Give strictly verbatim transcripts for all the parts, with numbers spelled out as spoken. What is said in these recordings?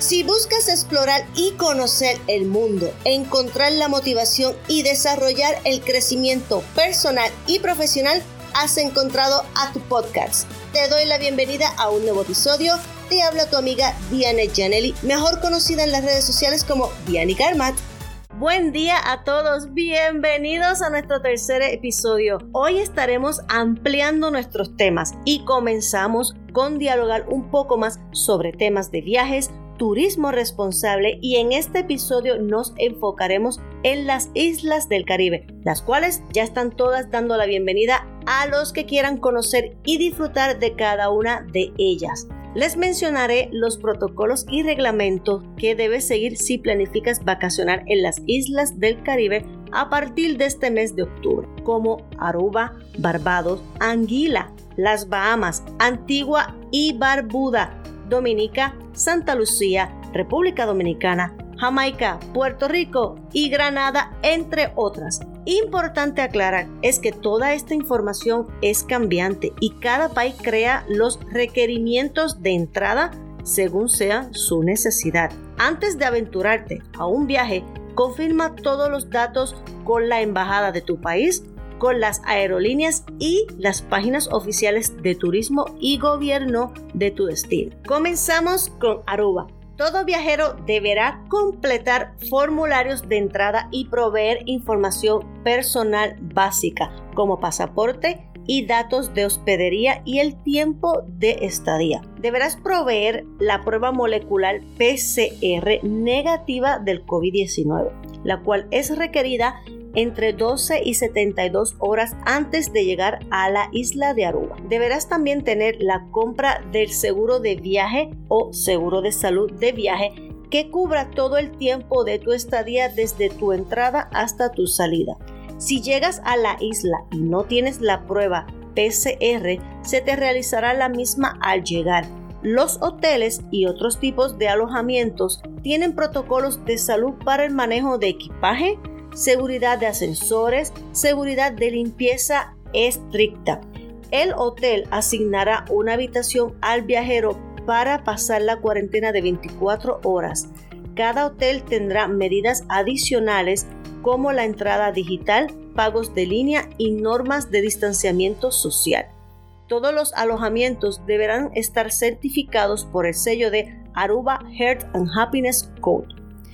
Si buscas explorar y conocer el mundo, encontrar la motivación y desarrollar el crecimiento personal y profesional, has encontrado a tu podcast. Te doy la bienvenida a un nuevo episodio. Te habla tu amiga Diane Janelli, mejor conocida en las redes sociales como Diane Garmat. Buen día a todos, bienvenidos a nuestro tercer episodio. Hoy estaremos ampliando nuestros temas y comenzamos con dialogar un poco más sobre temas de viajes, turismo responsable, y en este episodio nos enfocaremos en las islas del Caribe, las cuales ya están todas dando la bienvenida a los que quieran conocer y disfrutar de cada una de ellas. Les mencionaré los protocolos y reglamentos que debes seguir si planificas vacacionar en las islas del Caribe a partir de este mes de octubre, como Aruba, Barbados, Anguila, las Bahamas, Antigua y Barbuda, Dominica, Santa Lucía, República Dominicana, Jamaica, Puerto Rico y Granada, entre otras. Importante aclarar es que toda esta información es cambiante y cada país crea los requerimientos de entrada según sea su necesidad. Antes de aventurarte a un viaje, confirma todos los datos con la embajada de tu país, con las aerolíneas y las páginas oficiales de turismo y gobierno de tu destino. Comenzamos con Aruba. Todo viajero deberá completar formularios de entrada y proveer información personal básica como pasaporte y datos de hospedería y el tiempo de estadía. Deberás proveer la prueba molecular P C R negativa del COVID diecinueve, la cual es requerida entre doce y setenta y dos horas antes de llegar a la isla de Aruba. Deberás también tener la compra del seguro de viaje o seguro de salud de viaje que cubra todo el tiempo de tu estadía desde tu entrada hasta tu salida. Si llegas a la isla y no tienes la prueba P C R, se te realizará la misma al llegar. Los hoteles y otros tipos de alojamientos tienen protocolos de salud para el manejo de equipaje, seguridad de ascensores, seguridad de limpieza estricta. El hotel asignará una habitación al viajero para pasar la cuarentena de veinticuatro horas. Cada hotel tendrá medidas adicionales como la entrada digital, pagos de línea y normas de distanciamiento social. Todos los alojamientos deberán estar certificados por el sello de Aruba Health and Happiness Code.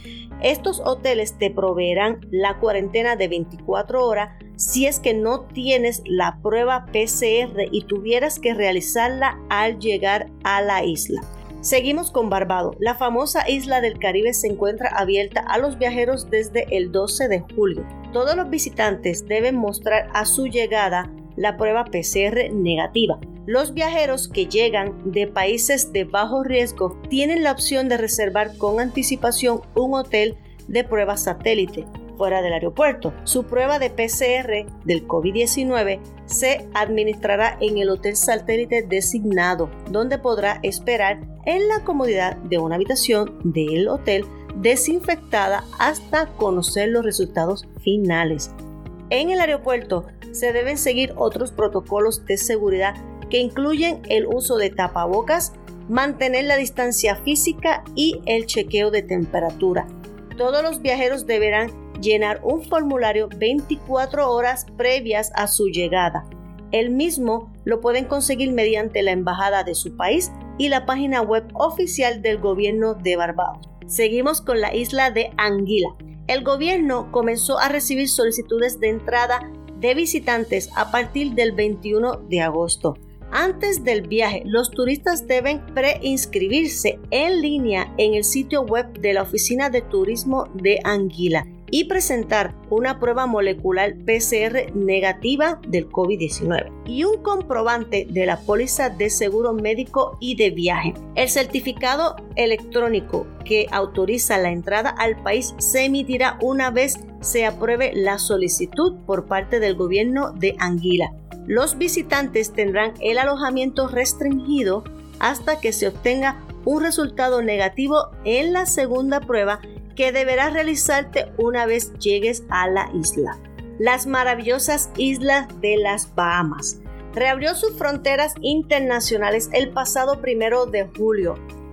Estos hoteles te proveerán la cuarentena de veinticuatro horas si es que no tienes la prueba P C R y tuvieras que realizarla al llegar a la isla. Seguimos con Barbados. La famosa isla del Caribe se encuentra abierta a los viajeros desde el doce de julio. Todos los visitantes deben mostrar a su llegada la prueba P C R negativa. Los viajeros que llegan de países de bajo riesgo tienen la opción de reservar con anticipación un hotel de prueba satélite fuera del aeropuerto. Su prueba de P C R del COVID diecinueve se administrará en el hotel satélite designado, donde podrá esperar en la comodidad de una habitación del hotel desinfectada hasta conocer los resultados finales. En el aeropuerto se deben seguir otros protocolos de seguridad que incluyen el uso de tapabocas, mantener la distancia física y el chequeo de temperatura. Todos los viajeros deberán llenar un formulario veinticuatro horas previas a su llegada. El mismo lo pueden conseguir mediante la embajada de su país y la página web oficial del gobierno de Barbados. Seguimos con la isla de Anguila. El gobierno comenzó a recibir solicitudes de entrada de visitantes a partir del veintiuno de agosto. Antes del viaje, los turistas deben preinscribirse en línea en el sitio web de la Oficina de Turismo de Anguila y presentar una prueba molecular P C R negativa del COVID diecinueve y un comprobante de la póliza de seguro médico y de viaje. El certificado electrónico que autoriza la entrada al país se emitirá una vez se apruebe la solicitud por parte del gobierno de Anguila. Los visitantes tendrán el alojamiento restringido hasta que se obtenga un resultado negativo en la segunda prueba que deberás realizarte una vez llegues a la isla. Las maravillosas islas de las Bahamas. Reabrió sus fronteras internacionales el pasado primero de julio.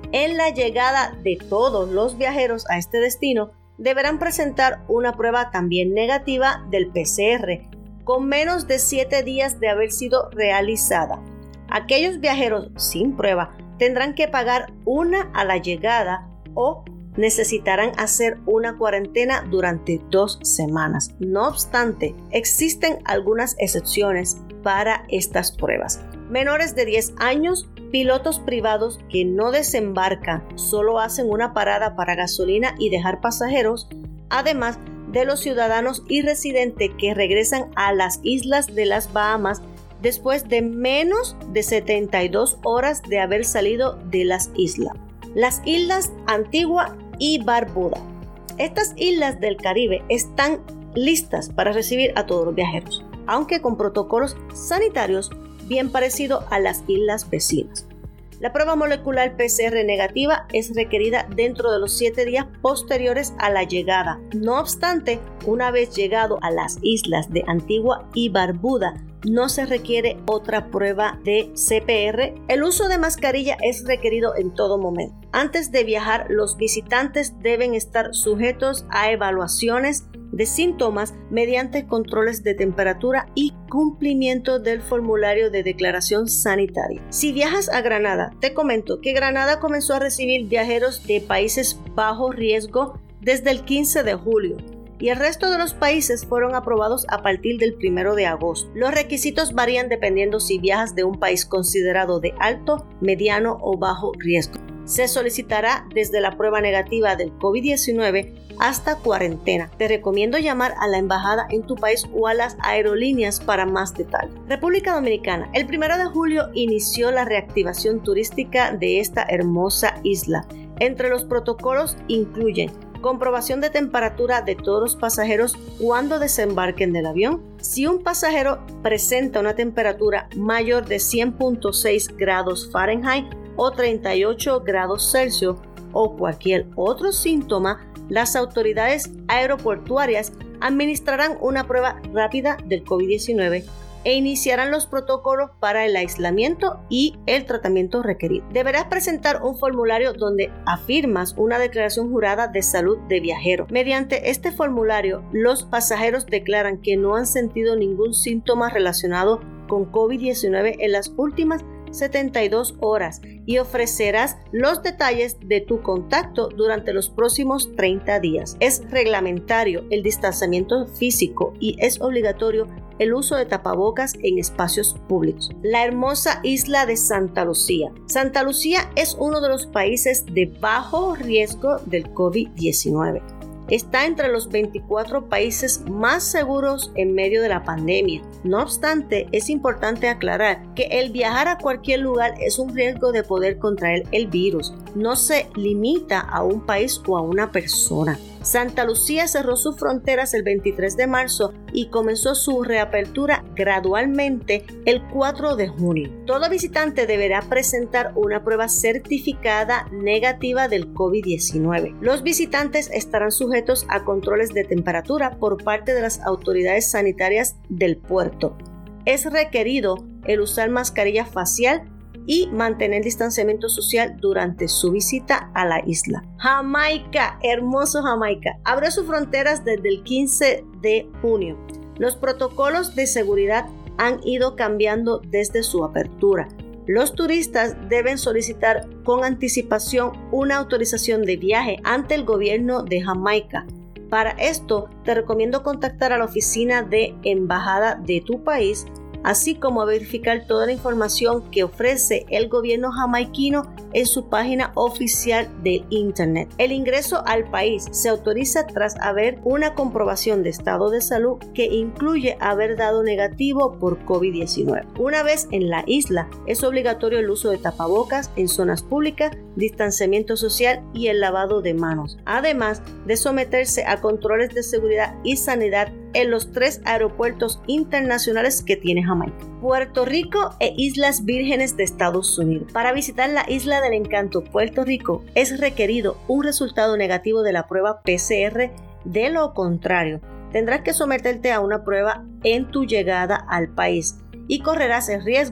En la llegada de todos los viajeros a este destino, deberán presentar una prueba también negativa del P C R, con menos de siete días de haber sido realizada. Aquellos viajeros sin prueba tendrán que pagar una a la llegada o necesitarán hacer una cuarentena durante dos semanas. No obstante, existen algunas excepciones para estas pruebas. Menores de diez años, pilotos privados que no desembarcan, solo hacen una parada para gasolina y dejar pasajeros, además de los ciudadanos y residentes que regresan a las islas de las Bahamas después de menos de setenta y dos horas de haber salido de las islas. Las islas Antigua y Barbuda. Estas islas del Caribe están listas para recibir a todos los viajeros, aunque con protocolos sanitarios bien parecidos a las islas vecinas. La prueba molecular P C R negativa es requerida dentro de los siete días posteriores a la llegada. No obstante, una vez llegado a las islas de Antigua y Barbuda, no se requiere otra prueba de C P R. El uso de mascarilla es requerido en todo momento. Antes de viajar, los visitantes deben estar sujetos a evaluaciones de síntomas mediante controles de temperatura y cumplimiento del formulario de declaración sanitaria. Si viajas a Granada, te comento que Granada comenzó a recibir viajeros de países bajo riesgo desde el quince de julio. Y el resto de los países fueron aprobados a partir del primero de agosto. Los requisitos varían dependiendo si viajas de un país considerado de alto, mediano o bajo riesgo. Se solicitará desde la prueba negativa del COVID diecinueve hasta cuarentena. Te recomiendo llamar a la embajada en tu país o a las aerolíneas para más detalles. República Dominicana. El primero de julio inició la reactivación turística de esta hermosa isla. Entre los protocolos incluyen comprobación de temperatura de todos los pasajeros cuando desembarquen del avión. Si un pasajero presenta una temperatura mayor de cien punto seis grados Fahrenheit o treinta y ocho grados Celsius o cualquier otro síntoma, las autoridades aeroportuarias administrarán una prueba rápida del COVID diecinueve e iniciarán los protocolos para el aislamiento y el tratamiento requerido. Deberás presentar un formulario donde afirmas una declaración jurada de salud de viajero. Mediante este formulario, los pasajeros declaran que no han sentido ningún síntoma relacionado con COVID diecinueve en las últimas setenta y dos horas y ofrecerás los detalles de tu contacto durante los próximos treinta días. Es reglamentario el distanciamiento físico y es obligatorio el uso de tapabocas en espacios públicos. La hermosa isla de Santa Lucía. Santa Lucía es uno de los países de bajo riesgo del COVID diecinueve. Está entre los veinticuatro países más seguros en medio de la pandemia. No obstante, es importante aclarar que el viajar a cualquier lugar es un riesgo de poder contraer el virus. No se limita a un país o a una persona. Santa Lucía cerró sus fronteras el veintitrés de marzo y comenzó su reapertura gradualmente el cuatro de junio. Todo visitante deberá presentar una prueba certificada negativa del COVID diecinueve. Los visitantes estarán sujetos a controles de temperatura por parte de las autoridades sanitarias del puerto. Es requerido el usar mascarilla facial y mantener distanciamiento social durante su visita a la isla. Jamaica, hermoso Jamaica, abrió sus fronteras desde el quince de junio. Los protocolos de seguridad han ido cambiando desde su apertura. Los turistas deben solicitar con anticipación una autorización de viaje ante el gobierno de Jamaica. Para esto, te recomiendo contactar a la oficina de embajada de tu país, así como a verificar toda la información que ofrece el gobierno jamaiquino en su página oficial de internet. El ingreso al país se autoriza tras haber una comprobación de estado de salud que incluye haber dado negativo por COVID diecinueve. Una vez en la isla, es obligatorio el uso de tapabocas en zonas públicas, distanciamiento social y el lavado de manos, además de someterse a controles de seguridad y sanidad en los tres aeropuertos internacionales que tiene Jamaica, Puerto Rico e Islas Vírgenes de Estados Unidos. Para visitar la Isla del Encanto, Puerto Rico, es requerido un resultado negativo de la prueba P C R. De lo contrario, tendrás que someterte a una prueba en tu llegada al país y correrás el riesgo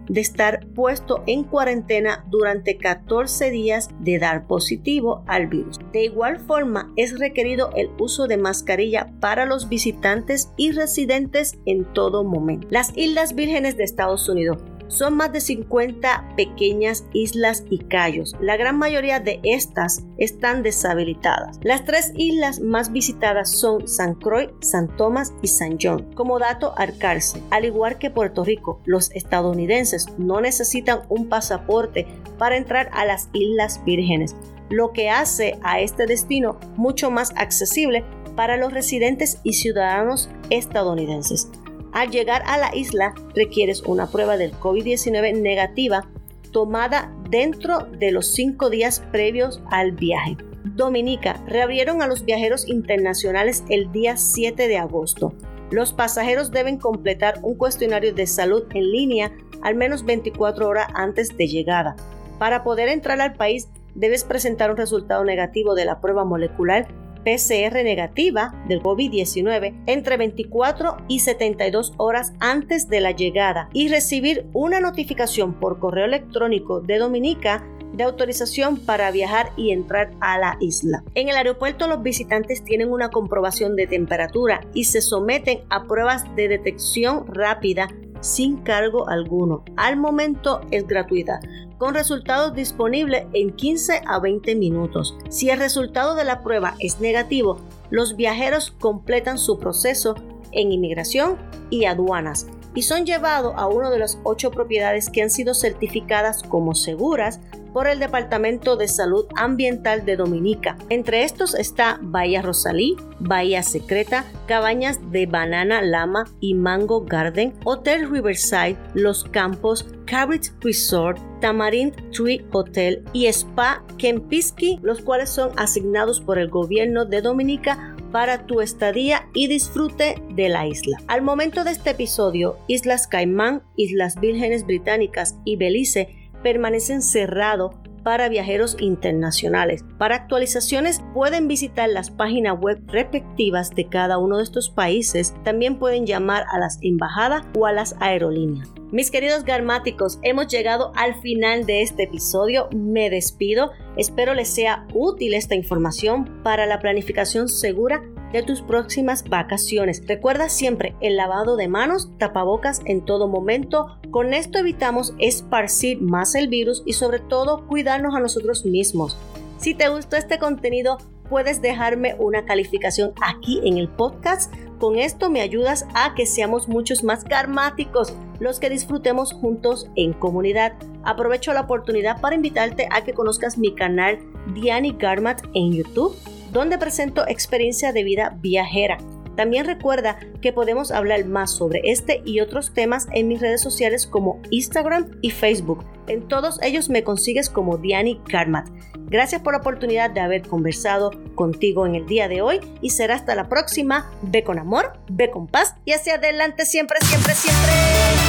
de estar puesto en cuarentena durante catorce días de dar positivo al virus. De igual forma, es requerido el uso de mascarilla para los visitantes y residentes en todo momento. Las Islas Vírgenes de Estados Unidos son más de cincuenta pequeñas islas y cayos. La gran mayoría de estas están deshabilitadas. Las tres islas más visitadas son San Croix, San Tomás y San John. Como dato al cárcel, al igual que Puerto Rico, los estadounidenses no necesitan un pasaporte para entrar a las Islas Vírgenes, lo que hace a este destino mucho más accesible para los residentes y ciudadanos estadounidenses. Al llegar a la isla, requieres una prueba del COVID diecinueve negativa tomada dentro de los cinco días previos al viaje. Dominica reabrieron a los viajeros internacionales el día siete de agosto. Los pasajeros deben completar un cuestionario de salud en línea al menos veinticuatro horas antes de llegada. Para poder entrar al país, debes presentar un resultado negativo de la prueba molecular P C R negativa del COVID diecinueve entre veinticuatro y setenta y dos horas antes de la llegada y recibir una notificación por correo electrónico de Dominica de autorización para viajar y entrar a la isla. En el aeropuerto, los visitantes tienen una comprobación de temperatura y se someten a pruebas de detección rápida sin cargo alguno. Al momento es gratuita, con resultados disponibles en quince a veinte minutos. Si el resultado de la prueba es negativo, los viajeros completan su proceso en inmigración y aduanas y son llevados a una de las ocho propiedades que han sido certificadas como seguras por el Departamento de Salud Ambiental de Dominica. Entre estos está Bahía Rosalí, Bahía Secreta, Cabañas de Banana Lama y Mango Garden, Hotel Riverside, Los Campos, Cabot Resort, Tamarind Tree Hotel y Spa Kempinski, los cuales son asignados por el gobierno de Dominica para tu estadía y disfrute de la isla. Al momento de este episodio, Islas Caimán, Islas Vírgenes Británicas y Belice permanecen cerrados para viajeros internacionales. Para actualizaciones pueden visitar las páginas web respectivas de cada uno de estos países. También pueden llamar a las embajadas o a las aerolíneas. Mis queridos garmáticos, hemos llegado al final de este episodio. Me despido. Espero les sea útil esta información para la planificación segura de tus próximas vacaciones. Recuerda siempre el lavado de manos, tapabocas en todo momento. Con esto evitamos esparcir más el virus y sobre todo cuidarnos a nosotros mismos. Si te gustó este contenido, puedes dejarme una calificación aquí en el podcast. Con esto me ayudas a que seamos muchos más garmáticos, los que disfrutemos juntos en comunidad. Aprovecho la oportunidad para invitarte a que conozcas mi canal Diani Garmat en YouTube, donde presento experiencia de vida viajera. También recuerda que podemos hablar más sobre este y otros temas en mis redes sociales como Instagram y Facebook. En todos ellos me consigues como Diani Garmat. Gracias por la oportunidad de haber conversado contigo en el día de hoy y será hasta la próxima. Ve con amor, ve con paz y hacia adelante siempre, siempre, siempre.